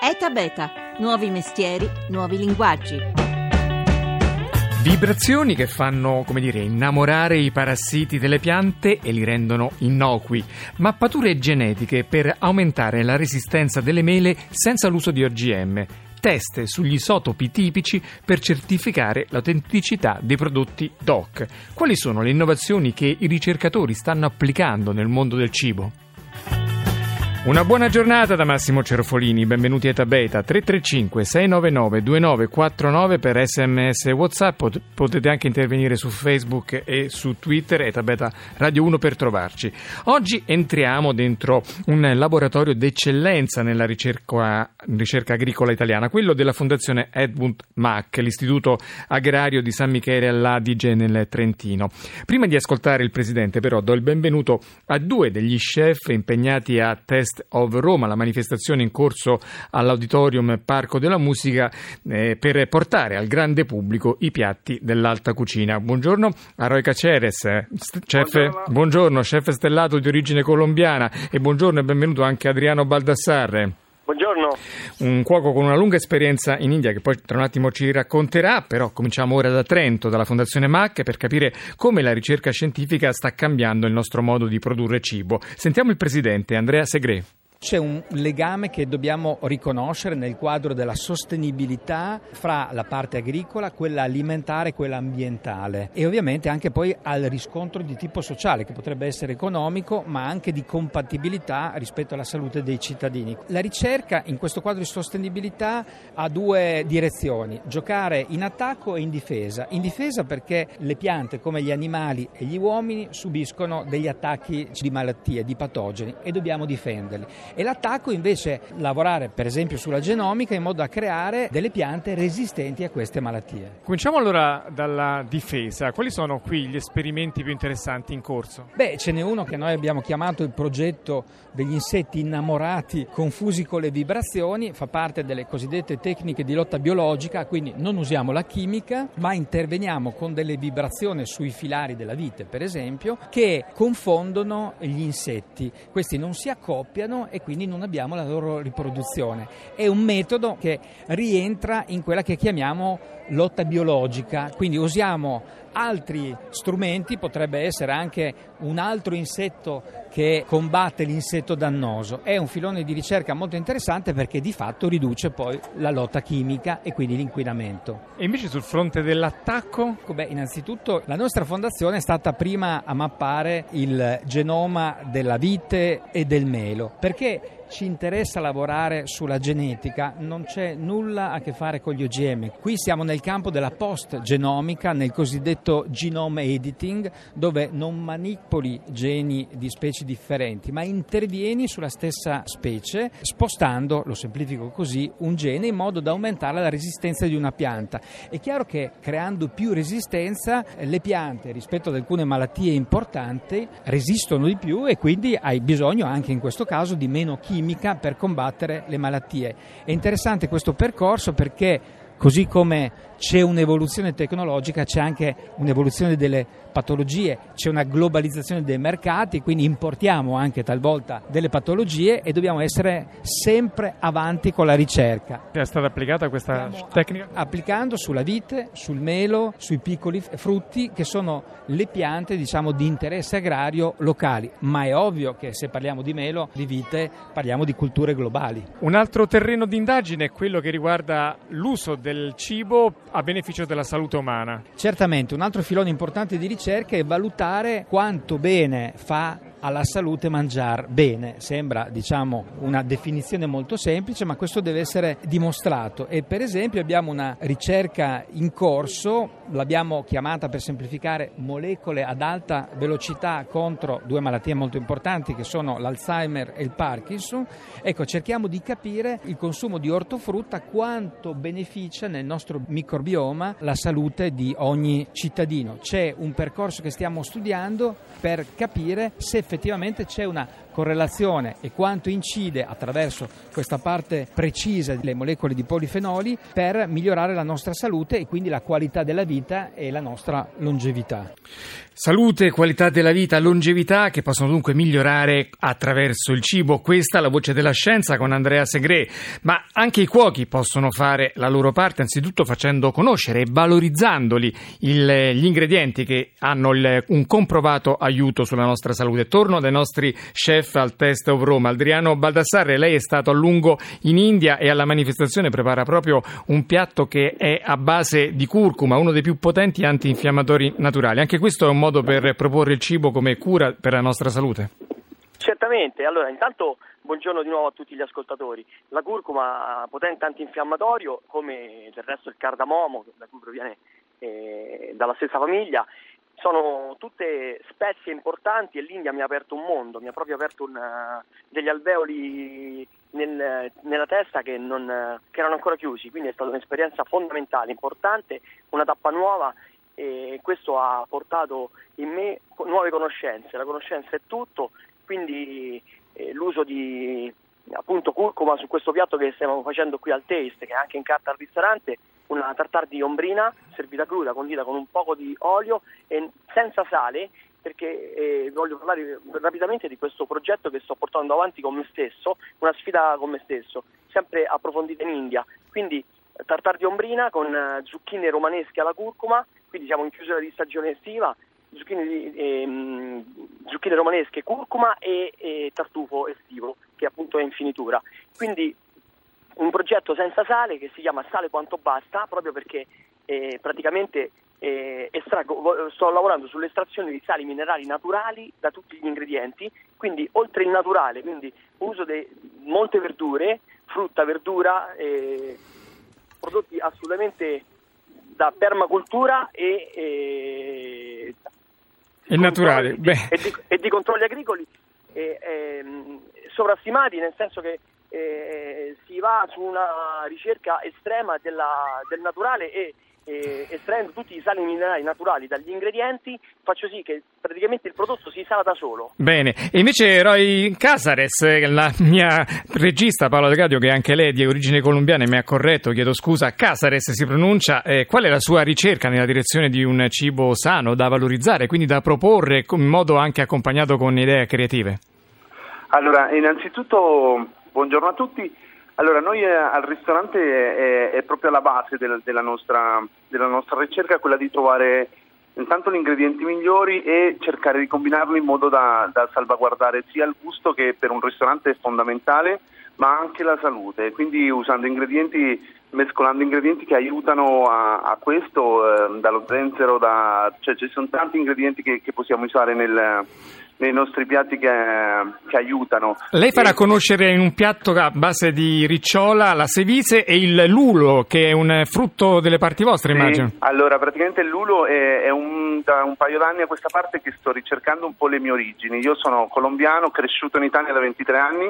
ETA Beta, nuovi mestieri, nuovi linguaggi. Vibrazioni che fanno, innamorare i parassiti delle piante e li rendono innocui. Mappature genetiche per aumentare la resistenza delle mele senza l'uso di OGM. Test sugli isotopi tipici per certificare l'autenticità dei prodotti DOC. Quali sono le innovazioni che i ricercatori stanno applicando nel mondo del cibo? Una buona giornata da Massimo Cerofolini, benvenuti a ETA Beta. 335-699-2949 per SMS e WhatsApp, potete anche intervenire su Facebook e su Twitter, ETA Beta Radio 1 per trovarci. Oggi entriamo dentro un laboratorio d'eccellenza nella ricerca agricola italiana, quello della Fondazione Edmund Mack, l'Istituto Agrario di San Michele all'Adige nel Trentino. Prima di ascoltare il Presidente, però, do il benvenuto a due degli chef impegnati a Test of Roma, la manifestazione in corso all'Auditorium Parco della Musica per portare al grande pubblico i piatti dell'alta cucina. Buongiorno a Roy Caceres, buongiorno, chef stellato di origine colombiana, e buongiorno e benvenuto anche Adriano Baldassarre. Buongiorno. Un cuoco con una lunga esperienza in India che poi tra un attimo ci racconterà, però cominciamo ora da Trento, dalla Fondazione Mack, per capire come la ricerca scientifica sta cambiando il nostro modo di produrre cibo. Sentiamo il Presidente, Andrea Segré. C'è un legame che dobbiamo riconoscere nel quadro della sostenibilità fra la parte agricola, quella alimentare e quella ambientale, e ovviamente anche poi al riscontro di tipo sociale, che potrebbe essere economico ma anche di compatibilità rispetto alla salute dei cittadini. La ricerca in questo quadro di sostenibilità ha due direzioni: giocare in attacco e in difesa. In difesa perché le piante, come gli animali e gli uomini, subiscono degli attacchi di malattie, di patogeni, e dobbiamo difenderli. E l'attacco invece lavorare per esempio sulla genomica in modo da creare delle piante resistenti a queste malattie. Cominciamo allora dalla difesa. Quali sono qui gli esperimenti più interessanti in corso? Ce n'è uno che noi abbiamo chiamato il progetto degli insetti innamorati confusi con le vibrazioni, fa parte delle cosiddette tecniche di lotta biologica, quindi non usiamo la chimica ma interveniamo con delle vibrazioni sui filari della vite, per esempio, che confondono gli insetti. Questi non si accoppiano e quindi non abbiamo la loro riproduzione. È un metodo che rientra in quella che chiamiamo lotta biologica, quindi usiamo altri strumenti, potrebbe essere anche un altro insetto che combatte l'insetto dannoso. È un filone di ricerca molto interessante perché di fatto riduce poi la lotta chimica e quindi l'inquinamento. E invece sul fronte dell'attacco? Innanzitutto la nostra fondazione è stata prima a mappare il genoma della vite e del melo, perché ci interessa lavorare sulla genetica, non c'è nulla a che fare con gli OGM. Qui siamo nel campo della post-genomica, nel cosiddetto genome editing, dove non manipoli geni di specie differenti, ma intervieni sulla stessa specie, spostando, lo semplifico così, un gene in modo da aumentare la resistenza di una pianta. È chiaro che creando più resistenza, le piante rispetto ad alcune malattie importanti resistono di più e quindi hai bisogno anche in questo caso di meno chimica per combattere le malattie. È interessante questo percorso perché così come c'è un'evoluzione tecnologica, c'è anche un'evoluzione delle patologie, c'è una globalizzazione dei mercati, quindi importiamo anche talvolta delle patologie e dobbiamo essere sempre avanti con la ricerca. È stata applicata questa tecnica? Applicando sulla vite, sul melo, sui piccoli frutti, che sono le piante di interesse agrario locali, ma è ovvio che se parliamo di melo, di vite, parliamo di culture globali. Un altro terreno di indagine è quello che riguarda l'uso del cibo a beneficio della salute umana. Certamente, un altro filone importante di ricerca è valutare quanto bene fa alla salute mangiare bene. Sembra una definizione molto semplice, ma questo deve essere dimostrato. E per esempio abbiamo una ricerca in corso, l'abbiamo chiamata per semplificare molecole ad alta velocità contro due malattie molto importanti che sono l'Alzheimer e il Parkinson. Cerchiamo di capire il consumo di ortofrutta quanto beneficia nel nostro microbioma la salute di ogni cittadino. C'è un percorso che stiamo studiando per capire se effettivamente c'è una correlazione e quanto incide attraverso questa parte precisa delle molecole di polifenoli per migliorare la nostra salute e quindi la qualità della vita e la nostra longevità. Salute, qualità della vita, longevità che possono dunque migliorare attraverso il cibo. Questa è la voce della scienza con Andrea Segré. Ma anche i cuochi possono fare la loro parte, anzitutto facendo conoscere e valorizzandoli gli ingredienti che hanno un comprovato aiuto sulla nostra salute. Torno dai nostri chef al Taste of Rome. Adriano Baldassarre, lei è stato a lungo in India e alla manifestazione prepara proprio un piatto che è a base di curcuma, uno dei più potenti antinfiammatori naturali. Anche questo è un modo per proporre il cibo come cura per la nostra salute? Certamente, allora intanto buongiorno di nuovo a tutti gli ascoltatori. La curcuma, potente antinfiammatorio, come del resto il cardamomo, da cui proviene dalla stessa famiglia, sono tutte spezie importanti e l'India mi ha aperto un mondo, mi ha proprio aperto degli alveoli nella testa che erano ancora chiusi, quindi è stata un'esperienza fondamentale, importante, una tappa nuova. E questo ha portato in me nuove conoscenze. La conoscenza è tutto, quindi l'uso di appunto curcuma su questo piatto che stiamo facendo qui al Taste, che è anche in carta al ristorante, una tartare di ombrina servita cruda, condita con un poco di olio e senza sale, perché voglio parlare rapidamente di questo progetto che sto portando avanti con me stesso, una sfida con me stesso, sempre approfondita in India. Quindi tartare di ombrina con zucchine romanesche alla curcuma, quindi siamo in chiusura di stagione estiva, zucchine romanesche, curcuma e tartufo estivo, che appunto è in finitura. Quindi un progetto senza sale che si chiama Sale Quanto Basta, proprio perché praticamente sto lavorando sull'estrazione di sali minerali naturali da tutti gli ingredienti, quindi oltre il naturale, quindi uso di molte verdure, frutta, verdura, prodotti assolutamente da permacultura e naturali e di controlli agricoli sovrastimati, nel senso che si va su una ricerca estrema del naturale e estraendo tutti i sali minerali naturali dagli ingredienti, faccio sì che praticamente il prodotto si sala da solo. Bene, e invece Roy Casares, la mia regista Paola De Gadio, che anche lei è di origine colombiana e mi ha corretto, chiedo scusa, Casares si pronuncia, qual è la sua ricerca nella direzione di un cibo sano da valorizzare, quindi da proporre in modo anche accompagnato con idee creative? Allora, innanzitutto buongiorno a tutti. Allora, noi al ristorante è proprio la base della nostra ricerca quella di trovare intanto gli ingredienti migliori e cercare di combinarli in modo da salvaguardare sia il gusto, che per un ristorante è fondamentale, ma anche la salute. Quindi mescolando ingredienti che aiutano a questo, dallo zenzero, cioè ci sono tanti ingredienti che possiamo usare nei nostri piatti che aiutano. Lei farà conoscere in un piatto a base di ricciola la ceviche e il lulo, che è un frutto delle parti vostre, sì. Immagino. Allora, praticamente il lulo è da un paio d'anni a questa parte che sto ricercando un po' le mie origini. Io sono colombiano, cresciuto in Italia da 23 anni,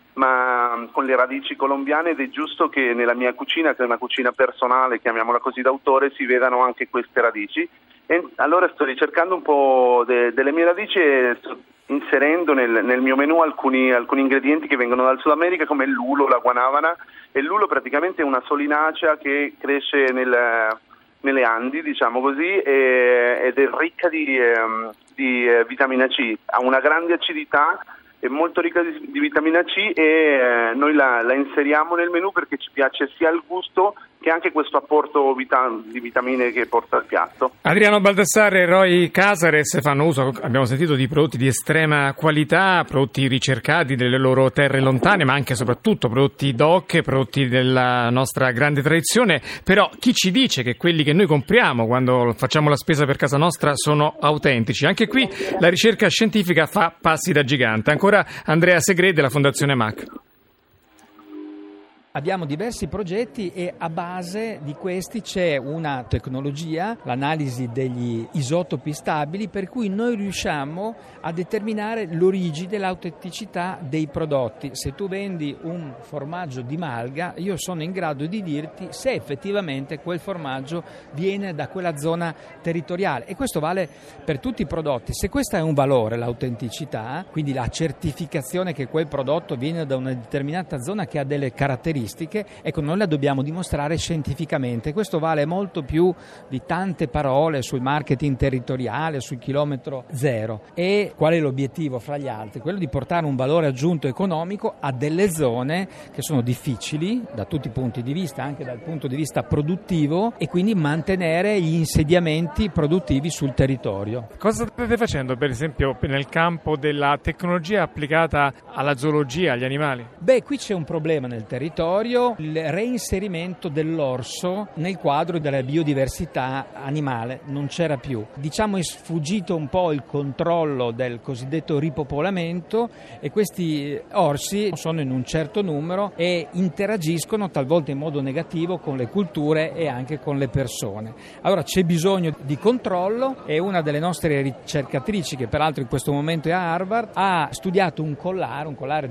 ma con le radici colombiane, ed è giusto che nella mia cucina, che è una cucina personale, chiamiamola così, d'autore, si vedano anche queste radici. E allora sto ricercando un po' delle mie radici e sto inserendo nel mio menù alcuni ingredienti che vengono dal Sud America, come il lulo, la guanabana. E il lulo praticamente è una solinacea che cresce nelle Andi, diciamo così, ed è ricca di vitamina C, ha una grande acidità, è molto ricca di vitamina C e noi la inseriamo nel menù perché ci piace sia il gusto che anche questo apporto di vitamine che porta al piatto. Adriano Baldassarre e Roy Casares fanno uso, abbiamo sentito, di prodotti di estrema qualità, prodotti ricercati delle loro terre lontane, ma anche e soprattutto prodotti DOC, prodotti della nostra grande tradizione. Però chi ci dice che quelli che noi compriamo quando facciamo la spesa per casa nostra sono autentici? Anche qui la ricerca scientifica fa passi da gigante. Ancora Andrea Segré della Fondazione MAC. Abbiamo diversi progetti e a base di questi c'è una tecnologia, l'analisi degli isotopi stabili, per cui noi riusciamo a determinare l'origine, l'autenticità dei prodotti. Se tu vendi un formaggio di malga, io sono in grado di dirti se effettivamente quel formaggio viene da quella zona territoriale, e questo vale per tutti i prodotti. Se questo è un valore, l'autenticità, quindi la certificazione che quel prodotto viene da una determinata zona che ha delle caratteristiche, ecco, noi la dobbiamo dimostrare scientificamente. Questo vale molto più di tante parole sul marketing territoriale, sul chilometro zero. E qual è l'obiettivo fra gli altri? Quello di portare un valore aggiunto economico a delle zone che sono difficili da tutti i punti di vista, anche dal punto di vista produttivo, e quindi mantenere gli insediamenti produttivi sul territorio. Cosa state facendo, per esempio, nel campo della tecnologia applicata alla zoologia, agli animali? Beh, qui c'è un problema nel territorio, il reinserimento dell'orso nel quadro della biodiversità animale. Non c'era più. Diciamo è sfuggito un po' il controllo del cosiddetto ripopolamento, e questi orsi sono in un certo numero e interagiscono talvolta in modo negativo con le culture e anche con le persone. Allora c'è bisogno di controllo, e una delle nostre ricercatrici, che peraltro in questo momento è a Harvard, ha studiato un collare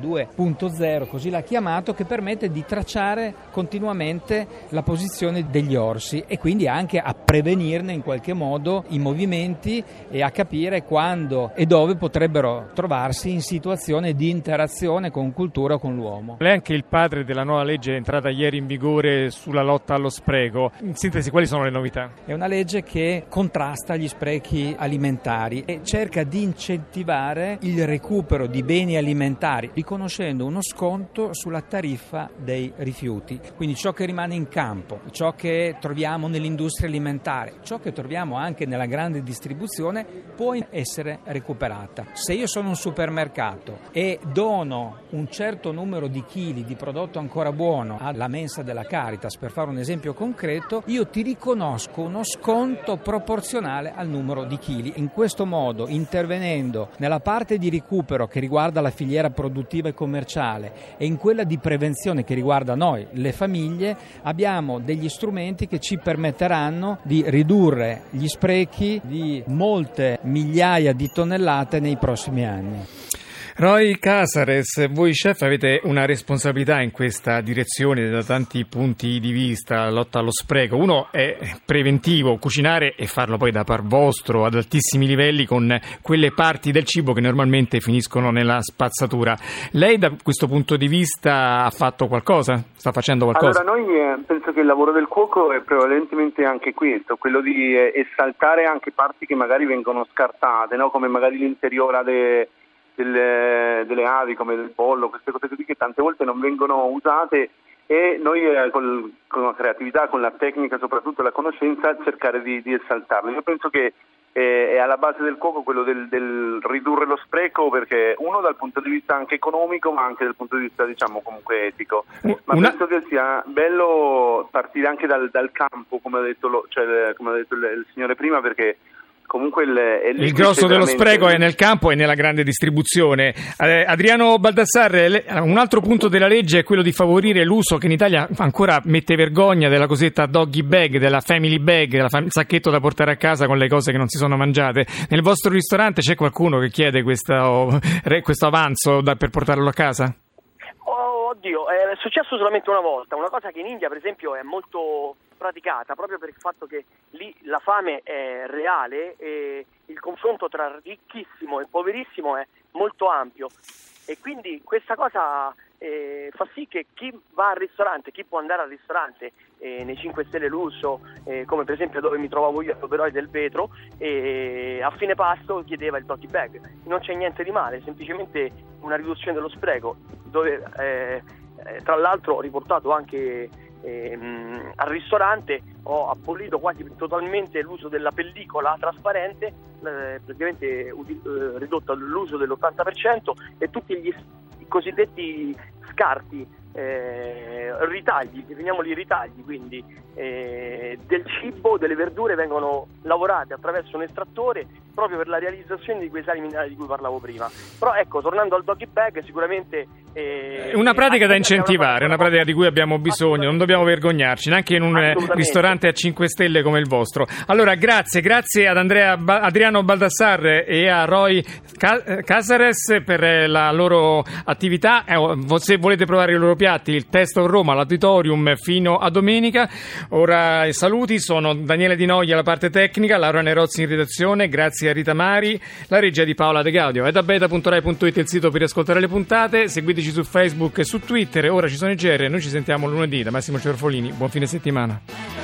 2.0, così l'ha chiamato, che permette di tracciare continuamente la posizione degli orsi e quindi anche a prevenirne in qualche modo i movimenti e a capire quando e dove potrebbero trovarsi in situazione di interazione con cultura o con l'uomo. Lei è anche il padre della nuova legge entrata ieri in vigore sulla lotta allo spreco. In sintesi, quali sono le novità? È una legge che contrasta gli sprechi alimentari e cerca di incentivare il recupero di beni alimentari, riconoscendo uno sconto sulla tariffa dei rifiuti. Quindi ciò che rimane in campo, ciò che troviamo nell'industria alimentare, ciò che troviamo anche nella grande distribuzione, può essere recuperata. Se io sono un supermercato e dono un certo numero di chili di prodotto ancora buono alla mensa della Caritas, per fare un esempio concreto, io ti riconosco uno sconto proporzionale al numero di chili. In questo modo, intervenendo nella parte di recupero che riguarda la filiera produttiva e commerciale e in quella di prevenzione che riguarda noi, le famiglie, abbiamo degli strumenti che ci permetteranno di ridurre gli sprechi di molte migliaia di tonnellate nei prossimi anni. Roy Casares, voi chef avete una responsabilità in questa direzione da tanti punti di vista, la lotta allo spreco. Uno è preventivo, cucinare e farlo poi da par vostro ad altissimi livelli con quelle parti del cibo che normalmente finiscono nella spazzatura. Lei da questo punto di vista ha fatto qualcosa? Sta facendo qualcosa? Allora noi penso che il lavoro del cuoco è prevalentemente anche questo, quello di esaltare anche parti che magari vengono scartate, no? Come magari l'interiora delle avi, come del pollo, queste cose così che tante volte non vengono usate, e noi con la creatività, con la tecnica, soprattutto la conoscenza, cercare di esaltarle. Io penso che è alla base del cuoco quello del ridurre lo spreco, perché uno dal punto di vista anche economico, ma anche dal punto di vista diciamo comunque etico. Ma penso che sia bello partire anche dal campo, come ha detto il signore prima, perché comunque il grosso dello spreco è nel campo e nella grande distribuzione. Adriano Baldassarre, un altro punto della legge è quello di favorire l'uso, che in Italia ancora mette vergogna, della cosiddetta doggy bag, della family bag, il sacchetto da portare a casa con le cose che non si sono mangiate. Nel vostro ristorante c'è qualcuno che chiede questo avanzo per portarlo a casa? Oddio, è successo solamente una volta, una cosa che in India per esempio è molto praticata, proprio per il fatto che lì la fame è reale e il confronto tra ricchissimo e poverissimo è molto ampio, e quindi questa cosa fa sì che chi va al ristorante, chi può andare al ristorante nei 5 Stelle Lusso, come per esempio dove mi trovavo io all'Oberoi del Vetro, a fine pasto chiedeva il doggy bag. Non c'è niente di male, semplicemente una riduzione dello spreco, dove tra l'altro ho riportato anche al ristorante, ho abolito quasi totalmente l'uso della pellicola trasparente, praticamente ridotto all'uso dell'80%, e tutti i cosiddetti scarti, ritagli, definiamoli ritagli, quindi del cibo, delle verdure vengono lavorate attraverso un estrattore proprio per la realizzazione di quei sali minerali di cui parlavo prima. Però ecco, tornando al doggy bag, sicuramente una pratica da incentivare, una pratica di cui abbiamo bisogno, non dobbiamo vergognarci, neanche in un ristorante a 5 stelle come il vostro. Allora grazie ad Adriano Baldassarre e a Roy Casares per la loro attività. Se volete provare i loro piatti, il Taste of Roma all'Auditorium fino a domenica. Ora i saluti sono Daniele Di Noia alla parte tecnica, Laura Nerozzi in redazione, grazie a Rita Mari, la regia di Paola De Gaudio. È da beta.rai.it il sito per ascoltare le puntate, seguiteci su Facebook e su Twitter. Ora ci sono i GR, noi ci sentiamo lunedì da Massimo Cerfolini. Buon fine settimana.